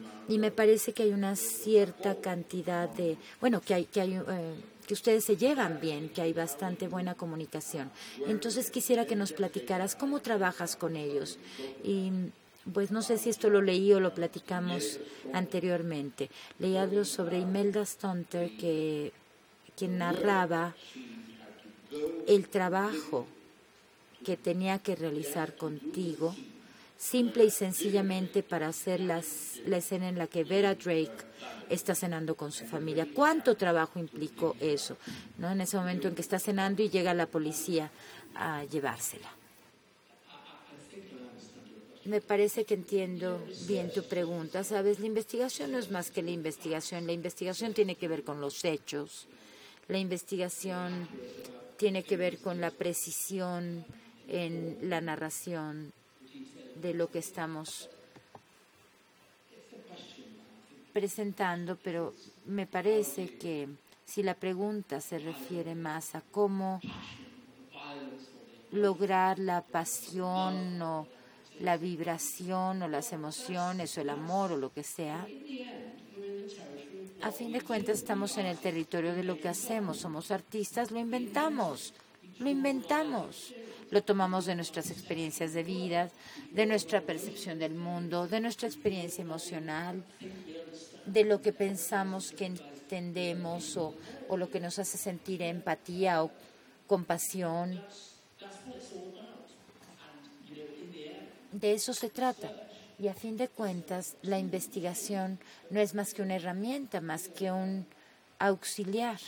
Y me parece que hay una cierta cantidad de, bueno, que ustedes se llevan bien, que hay bastante buena comunicación. Entonces quisiera que nos platicaras cómo trabajas con ellos. Y pues no sé si esto lo leí o lo platicamos anteriormente. Leí algo sobre Imelda Staunton, quien narraba el trabajo que tenía que realizar contigo, simple y sencillamente para hacer la escena en la que Vera Drake está cenando con su familia. ¿Cuánto trabajo implicó eso? ¿No? En ese momento en que está cenando y llega la policía a llevársela. Me parece que entiendo bien tu pregunta. Sabes, la investigación no es más que la investigación. La investigación tiene que ver con los hechos. La investigación tiene que ver con la precisión en la narración de lo que estamos presentando, pero me parece que si la pregunta se refiere más a cómo lograr la pasión o la vibración o las emociones o el amor o lo que sea, a fin de cuentas estamos en el territorio de lo que hacemos. Somos artistas, lo inventamos, lo tomamos de nuestras experiencias de vida, de nuestra percepción del mundo, de nuestra experiencia emocional, de lo que pensamos que entendemos o lo que nos hace sentir empatía o compasión. De eso se trata. Y a fin de cuentas, la investigación no es más que una herramienta, más que un auxiliar.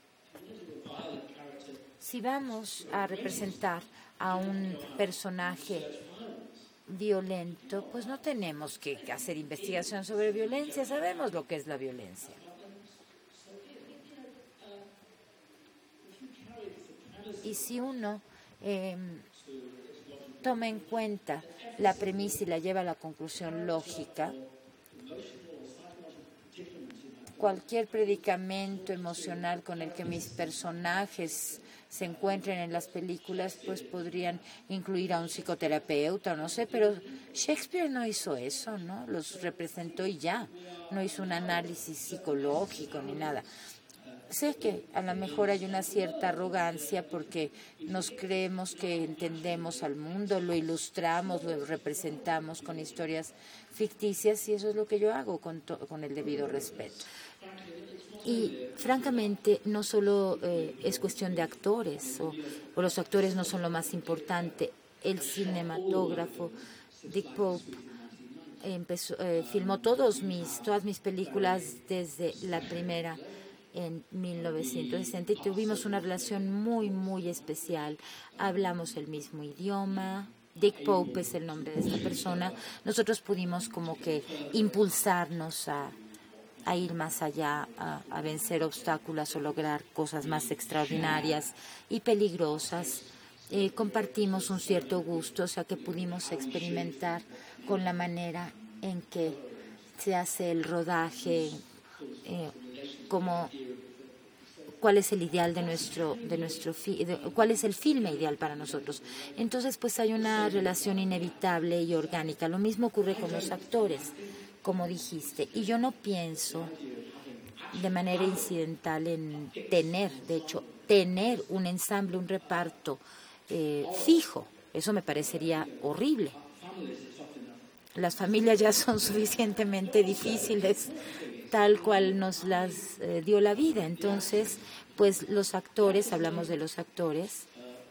Si vamos a representar a un personaje violento, pues no tenemos que hacer investigación sobre violencia, sabemos lo que es la violencia. Y si uno toma en cuenta la premisa y la lleva a la conclusión lógica, cualquier predicamento emocional con el que mis personajes se encuentren en las películas, pues podrían incluir a un psicoterapeuta, no sé, pero Shakespeare no hizo eso, ¿no? Los representó y ya, no hizo un análisis psicológico ni nada. Sé que a lo mejor hay una cierta arrogancia porque nos creemos que entendemos al mundo, lo ilustramos, lo representamos con historias ficticias y eso es lo que yo hago con el debido respeto. Y francamente no solo es cuestión de actores o los actores no son lo más importante. El cinematógrafo Dick Pope filmó todas mis películas desde la primera en 1960 y tuvimos una relación muy, muy especial. Hablamos el mismo idioma. Dick Pope es el nombre de esta persona. Nosotros pudimos como que impulsarnos a ir más allá, a vencer obstáculos o lograr cosas más extraordinarias y peligrosas. Compartimos un cierto gusto, o sea que pudimos experimentar con la manera en que se hace el rodaje, cuál es el ideal cuál es el filme ideal para nosotros. Entonces, pues hay una relación inevitable y orgánica. Lo mismo ocurre con los actores, como dijiste. Y yo no pienso de manera incidental en tener un ensamble, un reparto fijo. Eso me parecería horrible. Las familias ya son suficientemente difíciles, tal cual nos las dio la vida. Entonces, pues los actores, hablamos de los actores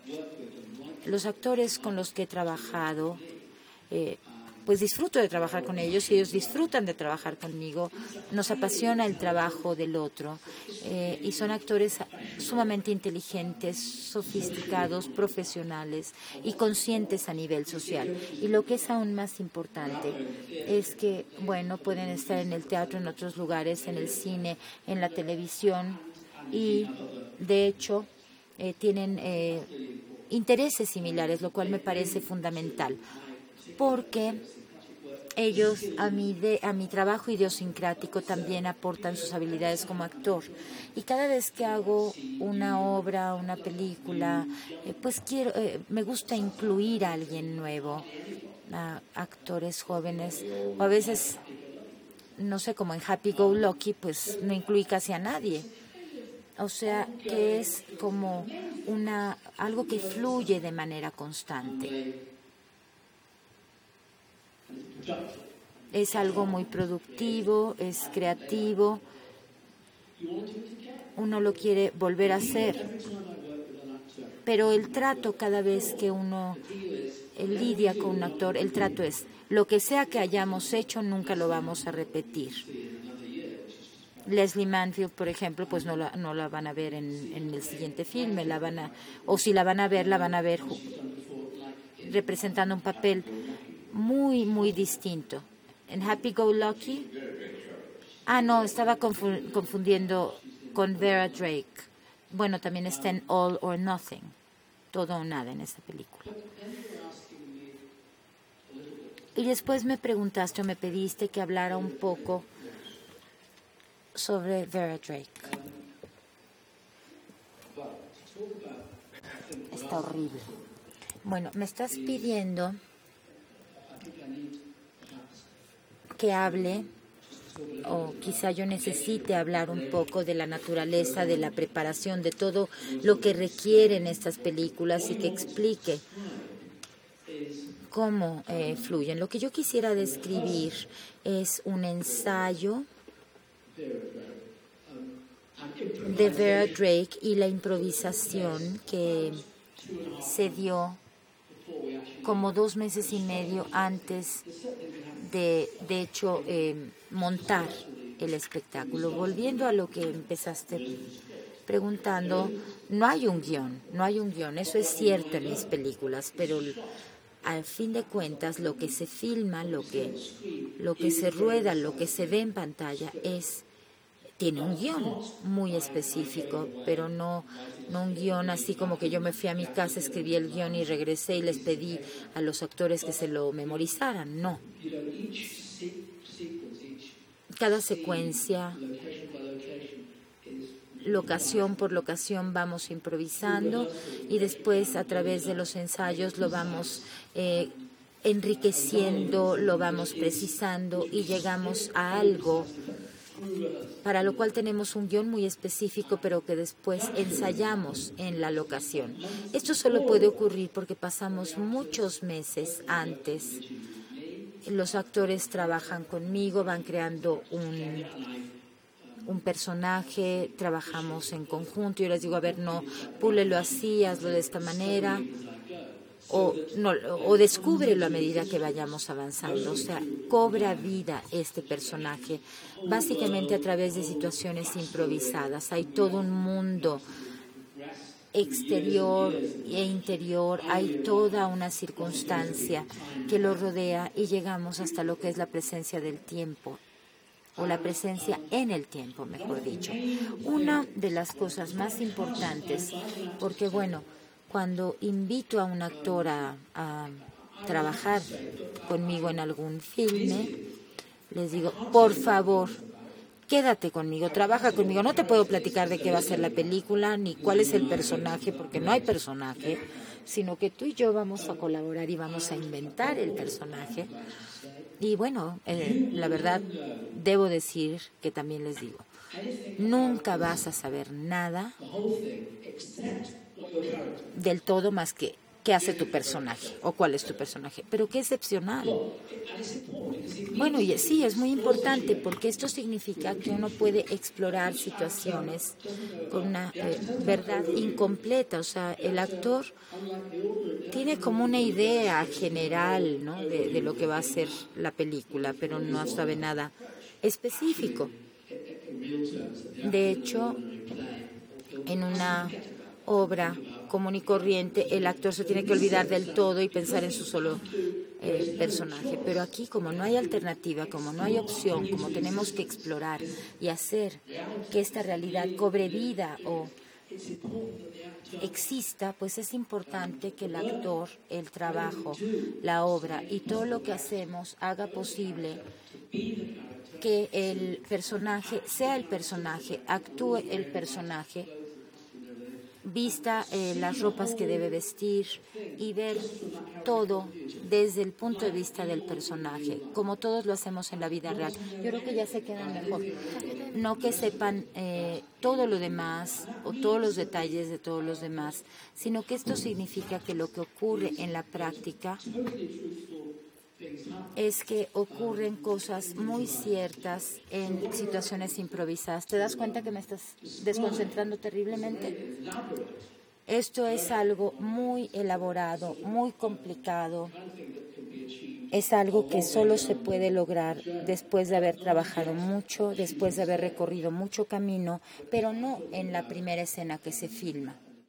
con los que he trabajado, pues disfruto de trabajar con ellos y ellos disfrutan de trabajar conmigo. Nos apasiona el trabajo del otro y son actores sumamente inteligentes, sofisticados, profesionales y conscientes a nivel social. Y lo que es aún más importante es que, bueno, pueden estar en el teatro, en otros lugares, en el cine, en la televisión y, de hecho, tienen intereses similares, lo cual me parece fundamental. Porque ellos a mi trabajo idiosincrático también aportan sus habilidades como actor. Y cada vez que hago una obra, una película, pues me gusta incluir a alguien nuevo, a actores jóvenes, o a veces no sé, como en Happy Go Lucky, pues no incluí casi a nadie. O sea, que es como algo que fluye de manera constante. Es algo muy productivo, es creativo. Uno lo quiere volver a hacer. Pero el trato, cada vez que uno lidia con un actor, el trato es: lo que sea que hayamos hecho, nunca lo vamos a repetir. Leslie Manfield, por ejemplo, pues no la van a ver en el siguiente filme, o si la van a ver representando un papel muy, muy distinto. En Happy Go Lucky, no, estaba confundiendo con Vera Drake. Bueno, también está en All or Nothing, todo o nada en esa película. Y después me preguntaste o me pediste que hablara un poco sobre Vera Drake. Está horrible. Bueno, me estás pidiendo que hable, o quizá yo necesite hablar un poco de la naturaleza, de la preparación, de todo lo que requieren estas películas y que explique cómo fluyen. Lo que yo quisiera describir es un ensayo de Vera Drake y la improvisación que se dio como 2 meses y medio antes de hecho, montar el espectáculo. Volviendo a lo que empezaste preguntando, no hay un guión, eso es cierto en mis películas, pero al fin de cuentas lo que se filma, lo que se rueda, lo que se ve en pantalla tiene un guión muy específico, pero no un guión así como que yo me fui a mi casa, escribí el guión y regresé y les pedí a los actores que se lo memorizaran. No. Cada secuencia, locación por locación, vamos improvisando y después a través de los ensayos lo vamos enriqueciendo, lo vamos precisando y llegamos a algo para lo cual tenemos un guión muy específico, pero que después ensayamos en la locación. Esto solo puede ocurrir porque pasamos muchos meses antes. Los actores trabajan conmigo, van creando un personaje, trabajamos en conjunto. Yo les digo, a ver, no, púlelo así, hazlo de esta manera. O descúbrelo a medida que vayamos avanzando. O sea, cobra vida este personaje básicamente a través de situaciones improvisadas. Hay todo un mundo exterior e interior, hay toda una circunstancia que lo rodea y llegamos hasta lo que es la presencia del tiempo, o la presencia en el tiempo, mejor dicho. Una de las cosas más importantes, porque bueno, cuando invito a un actor a trabajar conmigo en algún filme, les digo, por favor, quédate conmigo, trabaja conmigo. No te puedo platicar de qué va a ser la película ni cuál es el personaje, porque no hay personaje, sino que tú y yo vamos a colaborar y vamos a inventar el personaje. Y bueno, la verdad, debo decir que también les digo, nunca vas a saber nada del todo más que qué hace tu personaje o cuál es tu personaje. Pero qué excepcional. Bueno, y sí, es muy importante porque esto significa que uno puede explorar situaciones con una verdad incompleta. O sea, el actor tiene como una idea general, ¿no?, de lo que va a ser la película, pero no sabe nada específico. De hecho, en una obra común y corriente, el actor se tiene que olvidar del todo y pensar en su solo personaje. Pero aquí, como no hay alternativa, como no hay opción, como tenemos que explorar y hacer que esta realidad cobre vida o exista, pues es importante que el actor, el trabajo, la obra y todo lo que hacemos haga posible que el personaje sea el personaje, actúe el personaje vista las ropas que debe vestir y ver todo desde el punto de vista del personaje, como todos lo hacemos en la vida real. Yo creo que ya se quedan mejor. No que sepan todo lo demás o todos los detalles de todos los demás, sino que esto significa que lo que ocurre en la práctica es que ocurren cosas muy ciertas en situaciones improvisadas. ¿Te das cuenta que me estás desconcentrando terriblemente? Esto es algo muy elaborado, muy complicado. Es algo que solo se puede lograr después de haber trabajado mucho, después de haber recorrido mucho camino, pero no en la primera escena que se filma.